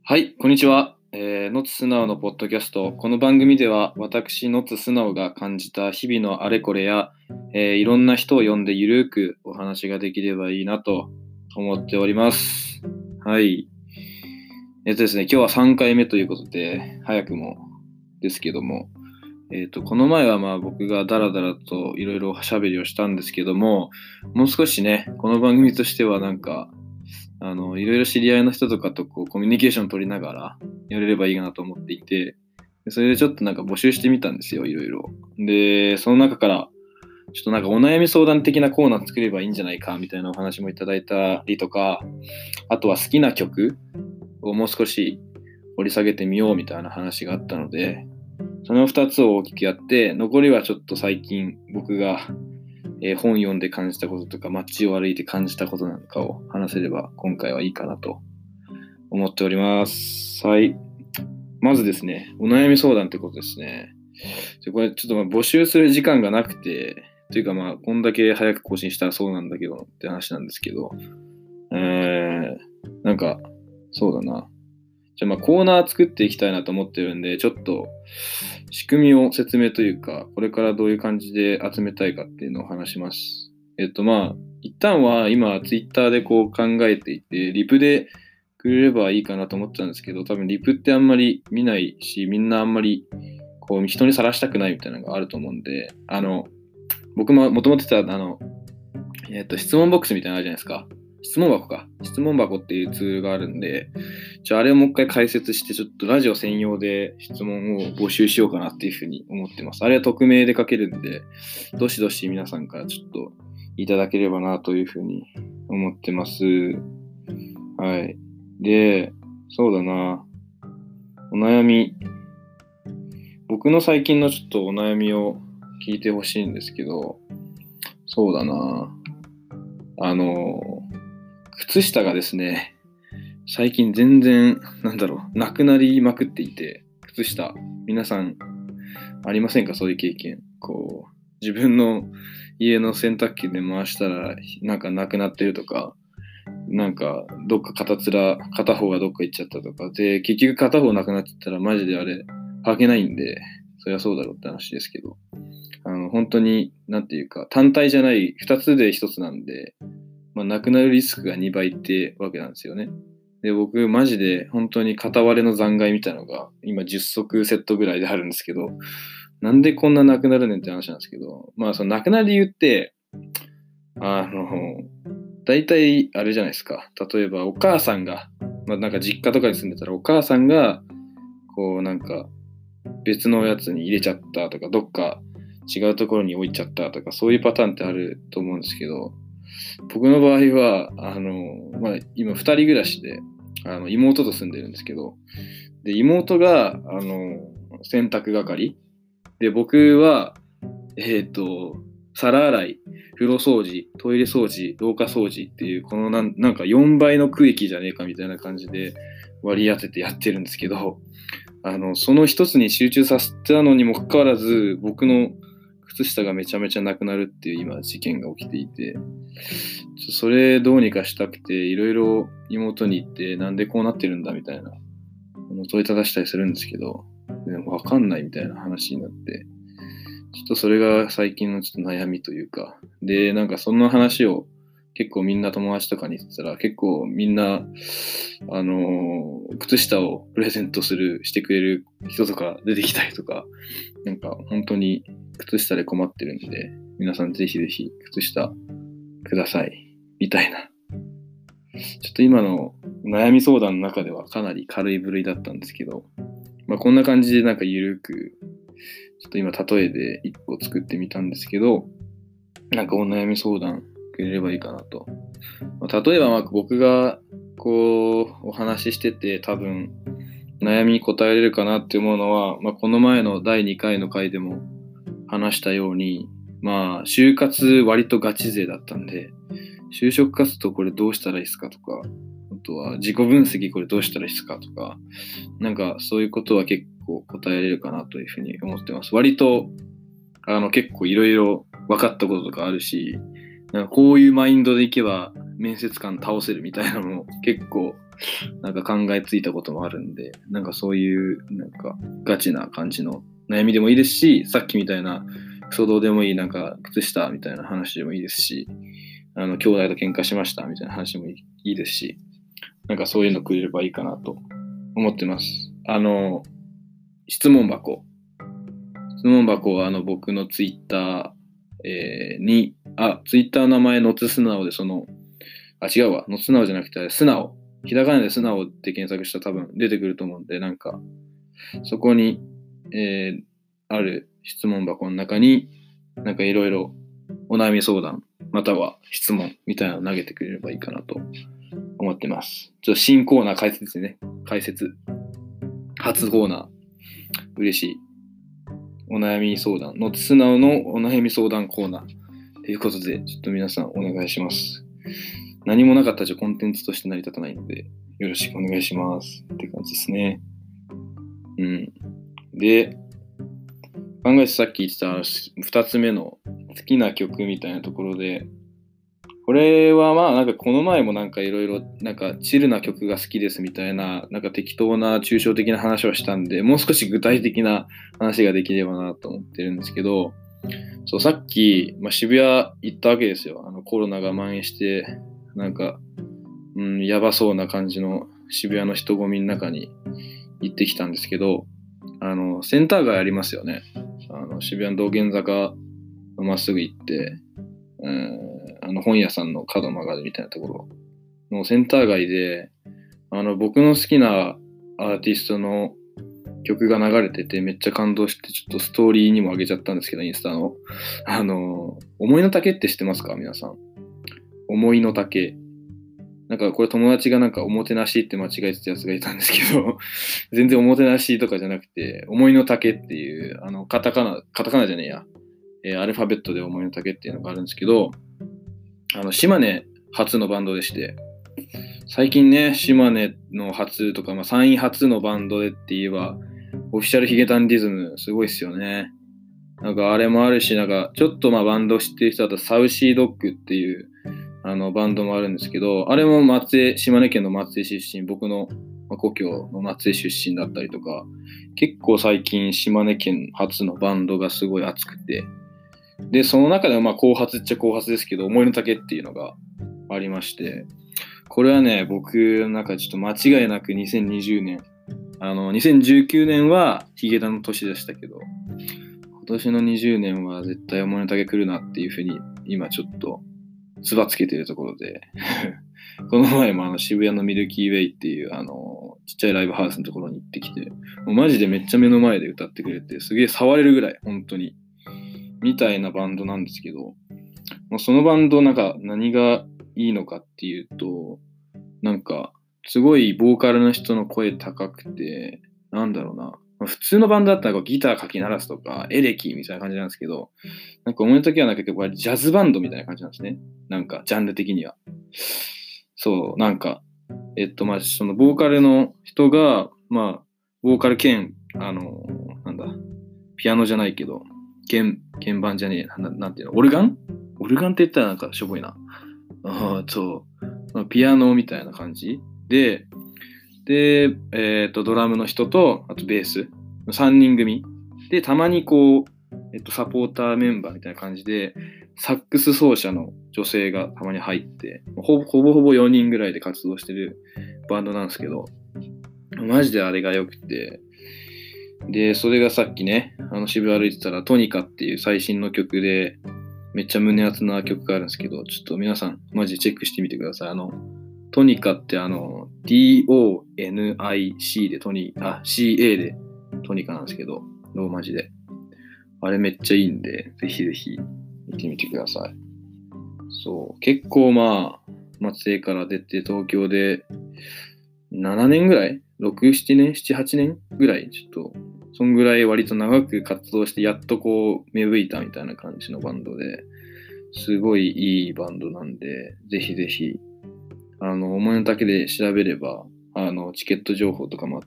はい、こんにちは。ノッツ素直のポッドキャスト。この番組では私、ノッツ素直が感じた日々のあれこれや、いろんな人を呼んでゆるくお話ができればいいなと思っております。はい。ですね、今日は3回目ということで、早くもですけども、この前は僕がダラダラといろいろ喋りをしたんですけども、もう少しね、この番組としてはいろいろ知り合いの人とかとコミュニケーション取りながらやれればいいかなと思っていて、それでちょっと募集してみたんですよ、いろいろ。で、その中から、ちょっとお悩み相談的なコーナー作ればいいんじゃないかみたいなお話もいただいたりとか、あとは好きな曲をもう少し掘り下げてみようみたいな話があったので、その2つを大きくやって、残りはちょっと最近僕が本読んで感じたこととか街を歩いて感じたことなんかを話せれば今回はいいかなと思っております。はい。まずですね、お悩み相談ってことですね。これちょっと募集する時間がなくて、というかこんだけ早く更新したらそうなんだけどって話なんですけど、そうだな。じゃあコーナー作っていきたいなと思ってるんで、ちょっと仕組みを説明というか、これからどういう感じで集めたいかっていうのを話します。一旦は今ツイッターで考えていて、リプでくれればいいかなと思ってたんですけど、多分リプってあんまり見ないし、みんなあんまり人にさらしたくないみたいなのがあると思うんで、僕ももともと言ってた質問ボックスみたいなのあるじゃないですか。質問箱っていうツールがあるんで、あれをもう一回解説して、ちょっとラジオ専用で質問を募集しようかなっていうふうに思ってます。あれは匿名で書けるんで、どしどし皆さんからちょっといただければなというふうに思ってます。はい。で、そうだな。お悩み。僕の最近のちょっとお悩みを聞いてほしいんですけど、そうだな。靴下がですね、最近全然、なくなりまくっていて、靴下、皆さん、ありませんか？そういう経験。自分の家の洗濯機で回したら、なくなってるとか、どっか片方がどっか行っちゃったとか、で、結局片方なくなっちゃったら、マジであれ、履けないんで、そりゃそうだろうって話ですけど、本当に、単体じゃない、二つで一つなんで、なくなるリスクが2倍ってわけなんですよね。で、僕、マジで本当に片割れの残骸みたいなのが、今10足セットぐらいであるんですけど、なんでこんななくなるねんって話なんですけど、そのなくなる理由って、大体あれじゃないですか。例えばお母さんが、実家とかに住んでたらお母さんが、別のやつに入れちゃったとか、どっか違うところに置いちゃったとか、そういうパターンってあると思うんですけど、僕の場合は、今二人暮らしで、妹と住んでるんですけど、で、妹が、洗濯係で、僕は、皿洗い、風呂掃除、トイレ掃除、廊下掃除っていう、この4倍の区域じゃねえかみたいな感じで割り当ててやってるんですけど、その一つに集中させたのにもかかわらず、僕の靴下がめちゃめちゃなくなるっていう今事件が起きていて、それどうにかしたくて、いろいろ妹に言って、なんでこうなってるんだみたいな、問いただしたりするんですけど、でもわかんないみたいな話になって、ちょっとそれが最近のちょっと悩みというか、で、その話を結構みんな友達とかに言ってたら、結構みんな、靴下をプレゼントしてくれる人とか出てきたりとか、本当に靴下で困ってるんで、皆さんぜひぜひ靴下ください、みたいな。ちょっと今の悩み相談の中ではかなり軽い部類だったんですけど、こんな感じでゆるく、ちょっと今例えで一個作ってみたんですけど、お悩み相談くれればいいかなと。例えば僕がお話ししてて多分悩みに答えれるかなって思うのは、この前の第2回の回でも話したように、就活割とガチ勢だったんで、就職活動これどうしたらいいですかとか、あとは自己分析これどうしたらいいですかとか、そういうことは結構答えれるかなというふうに思ってます。割と結構いろいろ分かったこととかあるし、こういうマインドでいけば面接官倒せるみたいなのも結構なんか考えついたこともあるんで、なんかそういうなんかガチな感じの悩みでもいいですし、さっきみたいなクソどうでもいいなんか靴下みたいな話でもいいですし、兄弟と喧嘩しましたみたいな話もいいですし、なんかそういうのくれればいいかなと思ってます。質問箱。質問箱は僕のツイッター、に、ツイッターの名前のつ素直で違うわ。の素直じゃなくて素直。ひらがなで素直って検索したら多分出てくると思うんで、なんか、そこに、ある質問箱の中に、なんかいろいろお悩み相談、または質問みたいなのを投げてくれればいいかなと思ってます。ちょっと新コーナー解説ですね。解説。初コーナー。嬉しい。お悩み相談。の素直のお悩み相談コーナー。ということで、ちょっと皆さんお願いします。何もなかったらコンテンツとして成り立たないので、よろしくお願いしますって感じですね。で、考えてさっき言ってた2つ目の好きな曲みたいなところで、これはまあなんかこの前もなんかいろいろなんかチルな曲が好きですみたいななんか適当な抽象的な話をしたんで、もう少し具体的な話ができればなと思ってるんですけど、そうさっき、渋谷行ったわけですよ。コロナが蔓延してなんか、やばそうな感じの渋谷の人混みの中に行ってきたんですけど、センター街ありますよね。渋谷の道玄坂まっすぐ行って、本屋さんの角曲がるみたいなところのセンター街で、僕の好きなアーティストの曲が流れててめっちゃ感動して、ちょっとストーリーにも上げちゃったんですけど、インスタの。思いの丈って知ってますか皆さん。思いの丈。なんかこれ友達がなんかおもてなしって間違えてたやつがいたんですけど、全然おもてなしとかじゃなくて、思いの丈っていう、カタカナじゃねえや、アルファベットで思いの丈っていうのがあるんですけど、島根初のバンドでして、最近ね、島根の初とか、山陰初のバンドでって言えば、オフィシャルヒゲダンディズム、すごいっすよね。なんかあれもあるし、なんかちょっとバンド知ってる人だとサウシードッグっていうバンドもあるんですけど、あれも島根県の松江出身、僕の故郷の松江出身だったりとか、結構最近島根県初のバンドがすごい熱くて、で、その中でも後発っちゃ後発ですけど、思いの丈っていうのがありまして、これはね、僕の中でちょっと間違いなく2020年、2019年はヒゲダンの年でしたけど、今年の20年は絶対思いの丈来るなっていうふうに、今ちょっと、つばつけてるところで、この前も渋谷のミルキーウェイっていうちっちゃいライブハウスのところに行ってきて、もうマジでめっちゃ目の前で歌ってくれて、すげえ触れるぐらい、本当に。みたいなバンドなんですけど、そのバンドなんか何がいいのかっていうと、なんかすごいボーカルの人の声高くて、なんだろうな、普通のバンドだったらギターかき鳴らすとかエレキみたいな感じなんですけど、なんか思いの時はなんか結構ジャズバンドみたいな感じなんですね。なんかジャンル的には。そう、なんか、そのボーカルの人が、ボーカル兼、なんだ、ピアノじゃないけど、鍵盤じゃねえなんていうの、オルガンって言ったらなんかしょぼいな。そう。ピアノみたいな感じで、ドラムの人と、あとベース、3人組。で、たまにサポーターメンバーみたいな感じで、サックス奏者の女性がたまに入って、ほぼほぼ4人ぐらいで活動してるバンドなんですけど、マジであれが良くて、で、それがさっきね、渋谷歩いてたら、トニカっていう最新の曲で、めっちゃ胸熱な曲があるんですけど、ちょっと皆さん、マジでチェックしてみてください。トニカってDONIC でCA でトニカなんですけど、ローマ字で。あれめっちゃいいんで、ぜひぜひ見てみてください。そう、結構松江から出て東京で7年ぐらい ?6、7年 ?7、8年ぐらいちょっと、そんぐらい割と長く活動してやっと芽吹いたみたいな感じのバンドで、すごいいいバンドなんで、ぜひぜひ、思いの丈で調べれば、チケット情報とかもあって、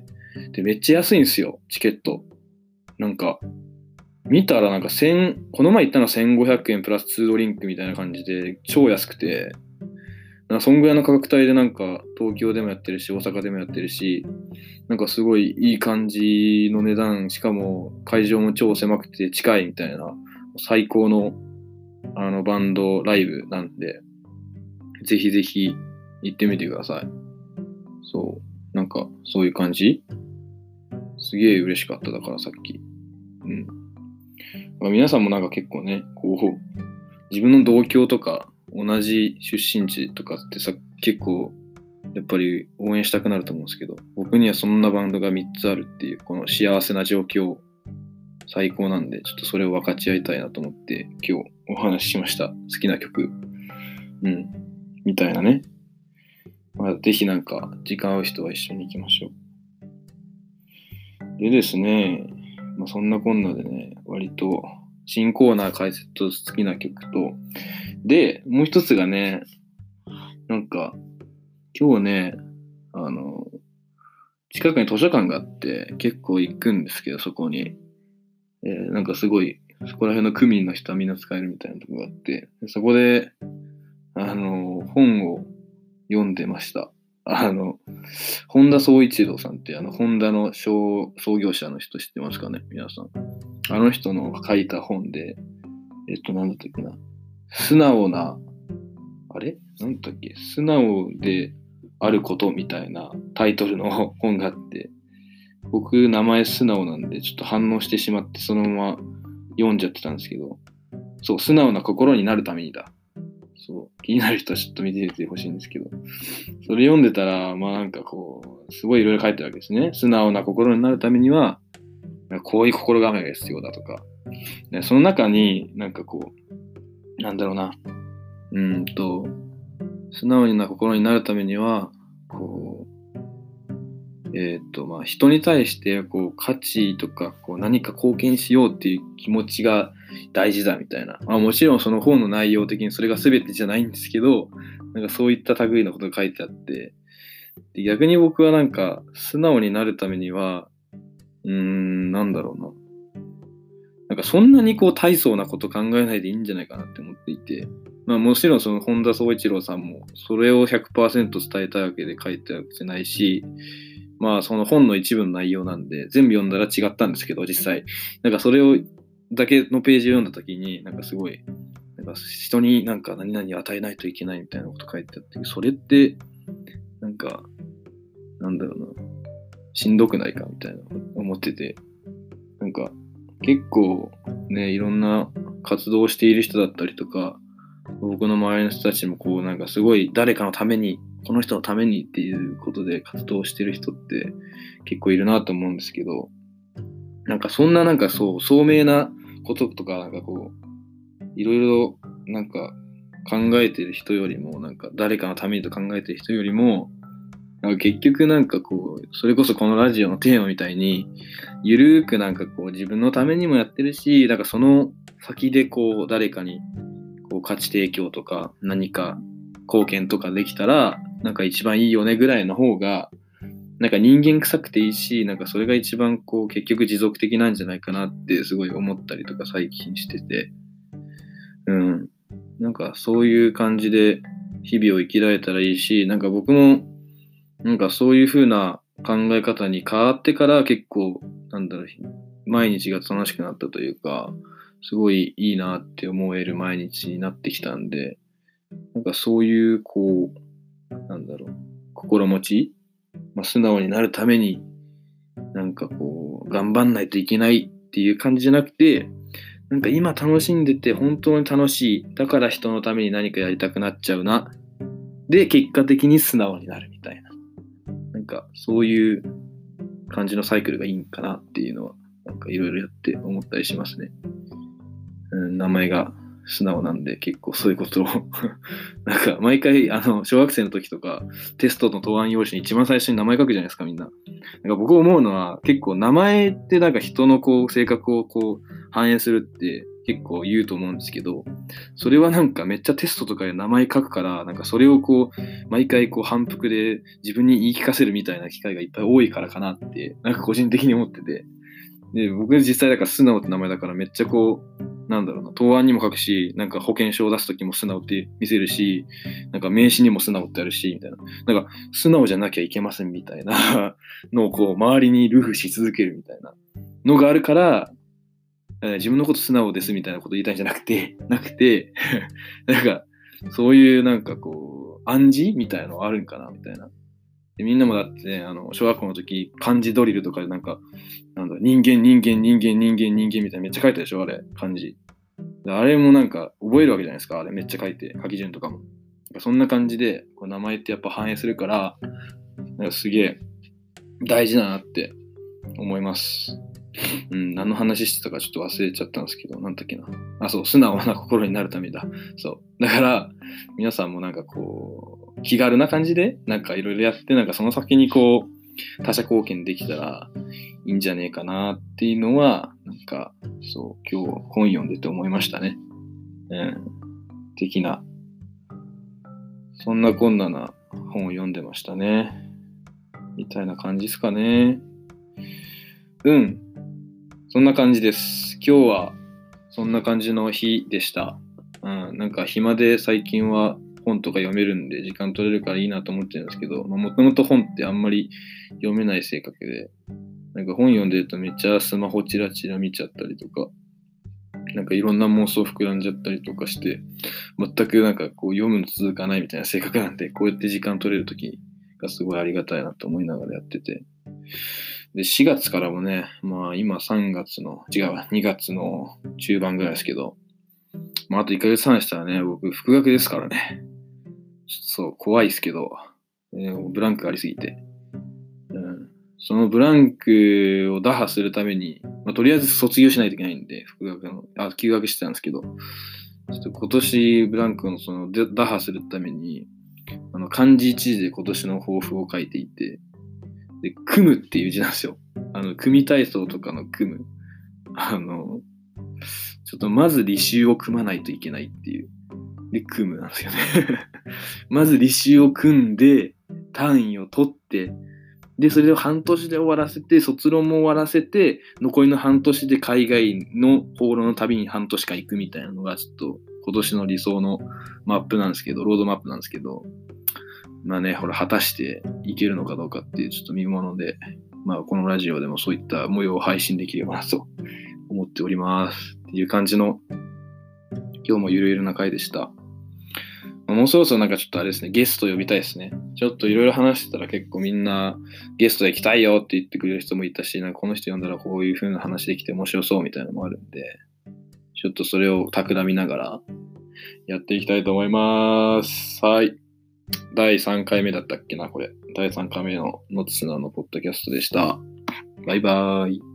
で、めっちゃ安いんですよ、チケット。なんか、見たらなんかこの前行ったのは1500円プラス2ドリンクみたいな感じで、超安くて、 そんぐらいの価格帯でなんか東京でもやってるし、大阪でもやってるし、なんかすごいいい感じの値段、しかも会場も超狭くて近いみたいな、最高のバンドライブなんで、ぜひぜひ行ってみてください。そう。なんかそういう感じ？すげえ嬉しかっただからさっき。皆さんもなんか結構ね、こう、自分の同郷とか同じ出身地とかってさ、結構やっぱり応援したくなると思うんですけど、僕にはそんなバンドが3つあるっていう、この幸せな状況、最高なんで、ちょっとそれを分かち合いたいなと思って、今日お話ししました。好きな曲。みたいなね。ぜひなんか、時間合う人は一緒に行きましょう。でですね、そんなこんなでね、割と新コーナー解説と好きな曲と、で、もう一つがね、なんか、今日ね、近くに図書館があって結構行くんですけど、そこに。なんかすごい、そこら辺の区民の人はみんな使えるみたいなとこがあって、そこで、本を読んでました。本田宗一郎さんってホンダの創業者の人知ってますかね、皆さん。あの人の書いた本で、なんだったっけな。素直な、なんだったっけ、素直であることみたいなタイトルの本があって、僕名前素直なんでちょっと反応してしまってそのまま読んじゃってたんですけど、そう、素直な心になるためにだ。そう、気になる人はちょっと見てみてほしいんですけど、それ読んでたら、なんかこう、すごいいろいろ書いてあるわけですね。素直な心になるためには、こういう心構えが必要だとか。でその中になんかこう、なんだろうな、素直な心になるためには、こう、人に対してこう価値とかこう何か貢献しようっていう気持ちが大事だみたいな。もちろんその本の内容的にそれが全てじゃないんですけど、なんかそういった類のことが書いてあって、で逆に僕はなんか素直になるためには、なんだろうな。なんかそんなにこう大層なこと考えないでいいんじゃないかなって思っていて、もちろんその本田宗一郎さんもそれを 100% 伝えたいわけで書いてあるわけじゃないし、その本の一部の内容なんで全部読んだら違ったんですけど、実際なんかそれをだけのページを読んだ時になんかすごいなんか人になんか何々与えないといけないみたいなこと書いてあって、それってなんかなんだろうな、しんどくないかみたいな思ってて、なんか結構ね、いろんな活動をしている人だったりとか、僕の周りの人たちもこうなんかすごい誰かのために、この人のためにっていうことで活動してる人って結構いるなと思うんですけど、なんかそんななんかそう、聡明なこととかなんかこう、いろいろなんか考えてる人よりも、なんか誰かのためにと考えてる人よりも、なんか結局なんかこう、それこそこのラジオのテーマみたいに、ゆるーくなんかこう自分のためにもやってるし、なんかその先でこう誰かにこう価値提供とか何か貢献とかできたら、なんか一番いいよねぐらいの方が、なんか人間臭くていいし、なんかそれが一番こう結局持続的なんじゃないかなってすごい思ったりとか最近してて、なんかそういう感じで日々を生きられたらいいし、なんか僕もなんかそういう風な考え方に変わってから結構、毎日が楽しくなったというか、すごいいいなって思える毎日になってきたんで、なんかそういう、こう、心持ち、素直になるために、なんかこう、頑張んないといけないっていう感じじゃなくて、なんか今楽しんでて本当に楽しい。だから人のために何かやりたくなっちゃうな。で、結果的に素直になるみたいな。なんかそういう感じのサイクルがいいんかなっていうのは、なんかいろいろやって思ったりしますね。名前が素直なんで結構そういうことをなんか毎回小学生の時とかテストの答案用紙に一番最初に名前書くじゃないですか、みんな。なんか僕思うのは結構名前ってなんか人のこう性格をこう反映するって結構言うと思うんですけど、それはなんかめっちゃテストとかで名前書くから、なんかそれをこう毎回こう反復で自分に言い聞かせるみたいな機会がいっぱい多いからかなってなんか個人的に思ってて、 で、僕実際だから素直って名前だからめっちゃこう、なんだろうな、答案にも書くし、なんか保険証を出すときも素直って見せるし、なんか名刺にも素直ってあるし、みたいな。なんか素直じゃなきゃいけませんみたいなのをこう周りにルフし続けるみたいなのがあるから、自分のこと素直ですみたいなこと言いたいんじゃなくて、なんかそういうなんかこう、暗示みたいなのあるんかなみたいな。でみんなもだってね、小学校の時、漢字ドリルとかでなんか、なんだ、人間みたいなめっちゃ書いたでしょあれ、漢字。あれもなんか覚えるわけじゃないですか。あれめっちゃ書いて、書き順とかも。そんな感じで、こう名前ってやっぱ反映するから、なんかすげえ大事だなって思います。何の話してたかちょっと忘れちゃったんですけど、なんだっけな。そう、素直な心になるためだ。そう。だから、皆さんもなんかこう、気軽な感じで、なんかいろいろやって、なんかその先にこう、他者貢献できたらいいんじゃねえかなっていうのは、なんか、そう、今日本読んでて思いましたね。的な。そんなこんなな本を読んでましたね。みたいな感じですかね。そんな感じです。今日はそんな感じの日でした。なんか暇で最近は本とか読めるんで時間取れるからいいなと思ってるんですけど、もともと本ってあんまり読めない性格で、なんか本読んでるとめっちゃスマホチラチラ見ちゃったりとか、なんかいろんな妄想膨らんじゃったりとかして、全くなんかこう読むの続かないみたいな性格なんで、こうやって時間取れるときがすごいありがたいなと思いながらやってて。で、4月からもね、今2月の中盤ぐらいですけど、あと1ヶ月半したらね、僕、復学ですからね。ちょっとそう、怖いですけど、ブランクありすぎて。そのブランクを打破するために、とりあえず卒業しないといけないんで、休学してたんですけど、ちょっと今年ブランクの打破するために、漢字一字で今年の抱負を書いていて、で、組むっていう字なんですよ。組体操とかの組む。ちょっとまず履修を組まないといけないっていう。で、組むなんですよね。まず履修を組んで、単位を取って、で、それを半年で終わらせて、卒論も終わらせて、残りの半年で海外の放浪の旅に半年間行くみたいなのが、ちょっと今年の理想のマップなんですけど、ロードマップなんですけど、果たしていけるのかどうかっていうちょっと見もので、このラジオでもそういった模様を配信できればなと思っておりますっていう感じの今日もゆるゆるな回でした。もうそろそろなんかちょっとあれですね、ゲスト呼びたいですね。ちょっといろいろ話してたら結構みんなゲストで行きたいよって言ってくれる人もいたし、なんかこの人呼んだらこういう風な話できて面白そうみたいなのもあるんで、ちょっとそれを企みながらやっていきたいと思います。はい。第3回目だったっけな、これ。第3回目のノッツナのポッドキャストでした。バイバーイ。